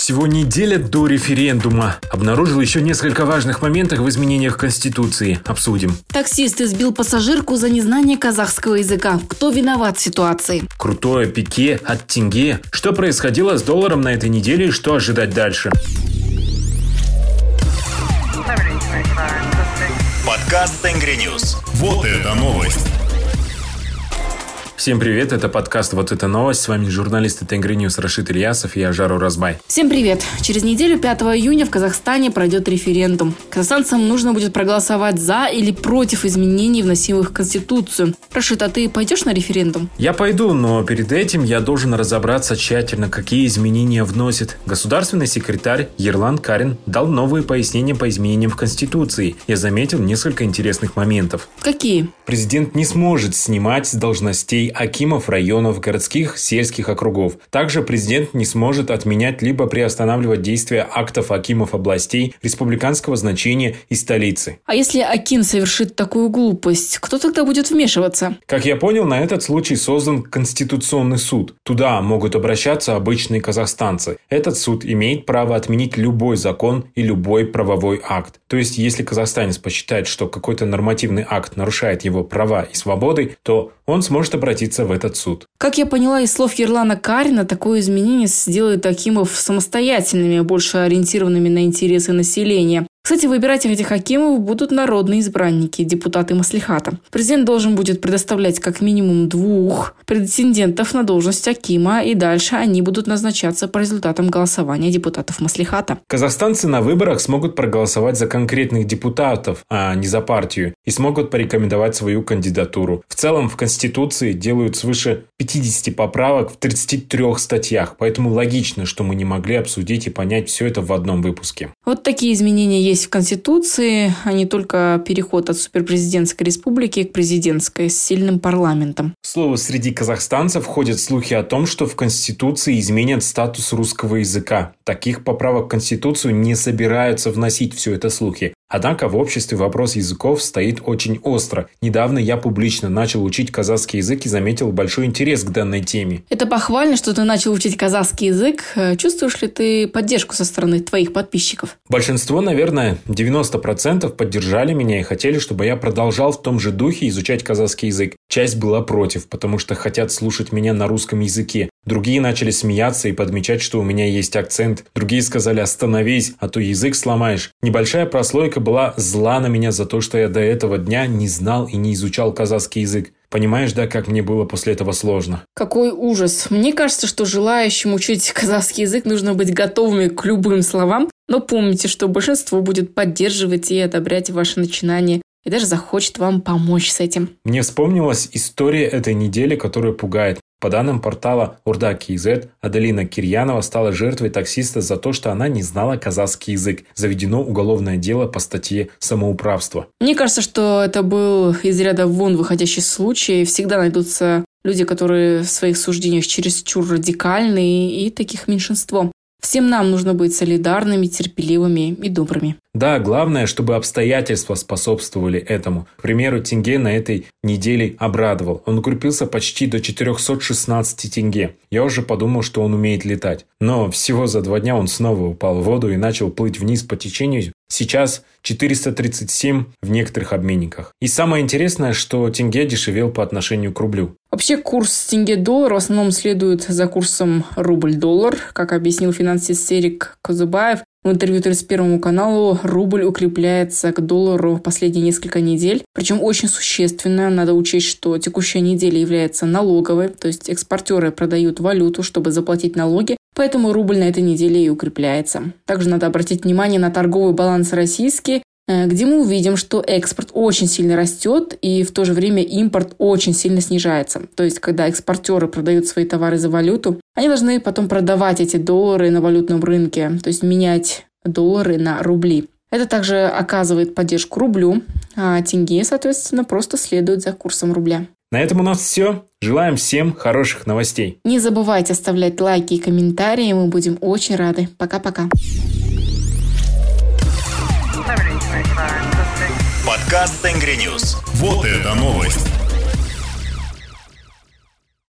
Всего неделя до референдума. Обнаружил еще несколько важных моментов в изменениях Конституции. Обсудим. Таксист избил пассажирку за незнание казахского языка. Кто виноват в ситуации? Крутое пике от тенге. Что происходило с долларом на этой неделе и что ожидать дальше? Подкаст Tengri News. Вот это новость. Всем привет, это подкаст «Вот это новость». С вами журналисты Tengri News Рашид Ильясов и я, Жару Разбай. Всем привет. Через неделю, 5 июня, в Казахстане пройдет референдум. Казахстанцам нужно будет проголосовать за или против изменений, вносимых в Конституцию. Рашид, а ты пойдешь на референдум? Я пойду, но перед этим я должен разобраться тщательно, какие изменения вносит. Государственный секретарь Ерлан Карин дал новые пояснения по изменениям в Конституции. Я заметил несколько интересных моментов. Какие? Президент не сможет снимать с должностей акимов районов, городских, сельских округов. Также президент не сможет отменять либо приостанавливать действия актов акимов областей республиканского значения и столицы. А если аким совершит такую глупость, кто тогда будет вмешиваться? Как я понял, на этот случай создан Конституционный суд. Туда могут обращаться обычные казахстанцы. Этот суд имеет право отменить любой закон и любой правовой акт. То есть, если казахстанец посчитает, что какой-то нормативный акт нарушает его права и свободы, то он сможет обратиться в этот суд. Как я поняла из слов Ерлана Карина, такое изменение сделает акимов самостоятельными, больше ориентированными на интересы населения. Кстати, выбирать этих акимов будут народные избранники, депутаты Маслихата. Президент должен будет предоставлять как минимум 2 претендентов на должность акима, и дальше они будут назначаться по результатам голосования депутатов Маслихата. Казахстанцы на выборах смогут проголосовать за конкретных депутатов, а не за партию, и смогут порекомендовать свою кандидатуру. В целом в Конституции делают свыше 50 поправок в 33 статьях, поэтому логично, что мы не могли обсудить и понять все это в одном выпуске. Вот такие изменения есть в Конституции, а не только переход от суперпрезидентской республики к президентской с сильным парламентом. К слову, среди казахстанцев ходят слухи о том, что в Конституции изменят статус русского языка. Таких поправок в Конституцию не собираются вносить, все это слухи. Однако в обществе вопрос языков стоит очень остро. Недавно я публично начал учить казахский язык и заметил большой интерес к данной теме. Это похвально, что ты начал учить казахский язык. Чувствуешь ли ты поддержку со стороны твоих подписчиков? Большинство, наверное, 90% поддержали меня и хотели, чтобы я продолжал в том же духе изучать казахский язык. Часть была против, потому что хотят слушать меня на русском языке. Другие начали смеяться и подмечать, что у меня есть акцент. Другие сказали: остановись, а то язык сломаешь. Небольшая прослойка была зла на меня за то, что я до этого дня не знал и не изучал казахский язык. Понимаешь, да, как мне было после этого сложно? Какой ужас. Мне кажется, что желающим учить казахский язык нужно быть готовыми к любым словам. Но помните, что большинство будет поддерживать и одобрять ваши начинания. И даже захочет вам помочь с этим. Мне вспомнилась история этой недели, которая пугает. По данным портала Урда.кз, Аделина Кирьянова стала жертвой таксиста за то, что она не знала казахский язык. Заведено уголовное дело по статье «Самоуправство». Мне кажется, что это был из ряда вон выходящий случай. Всегда найдутся люди, которые в своих суждениях чересчур радикальны, и таких меньшинство. Всем нам нужно быть солидарными, терпеливыми и добрыми. Да, главное, чтобы обстоятельства способствовали этому. К примеру, тенге на этой неделе обрадовал. Он укрепился почти до 416 тенге. Я уже подумал, что он умеет летать. Но всего за 2 дня он снова упал в воду и начал плыть вниз по течению. Сейчас 437 в некоторых обменниках. И самое интересное, что тенге дешевел по отношению к рублю. Вообще курс тенге-доллар в основном следует за курсом рубль-доллар. Как объяснил финансист Серик Козубаев, в интервью 31 каналу, рубль укрепляется к доллару последние несколько недель. Причем очень существенно. Надо учесть, что текущая неделя является налоговой. То есть экспортеры продают валюту, чтобы заплатить налоги. Поэтому рубль на этой неделе и укрепляется. Также надо обратить внимание на торговый баланс российский, где мы увидим, что экспорт очень сильно растет и в то же время импорт очень сильно снижается. То есть, когда экспортеры продают свои товары за валюту, они должны потом продавать эти доллары на валютном рынке, то есть менять доллары на рубли. Это также оказывает поддержку рублю, а тенге, соответственно, просто следует за курсом рубля. На этом у нас все. Желаем всем хороших новостей. Не забывайте оставлять лайки и комментарии, мы будем очень рады. Пока-пока. Подкаст Tengri News. Вот это новость.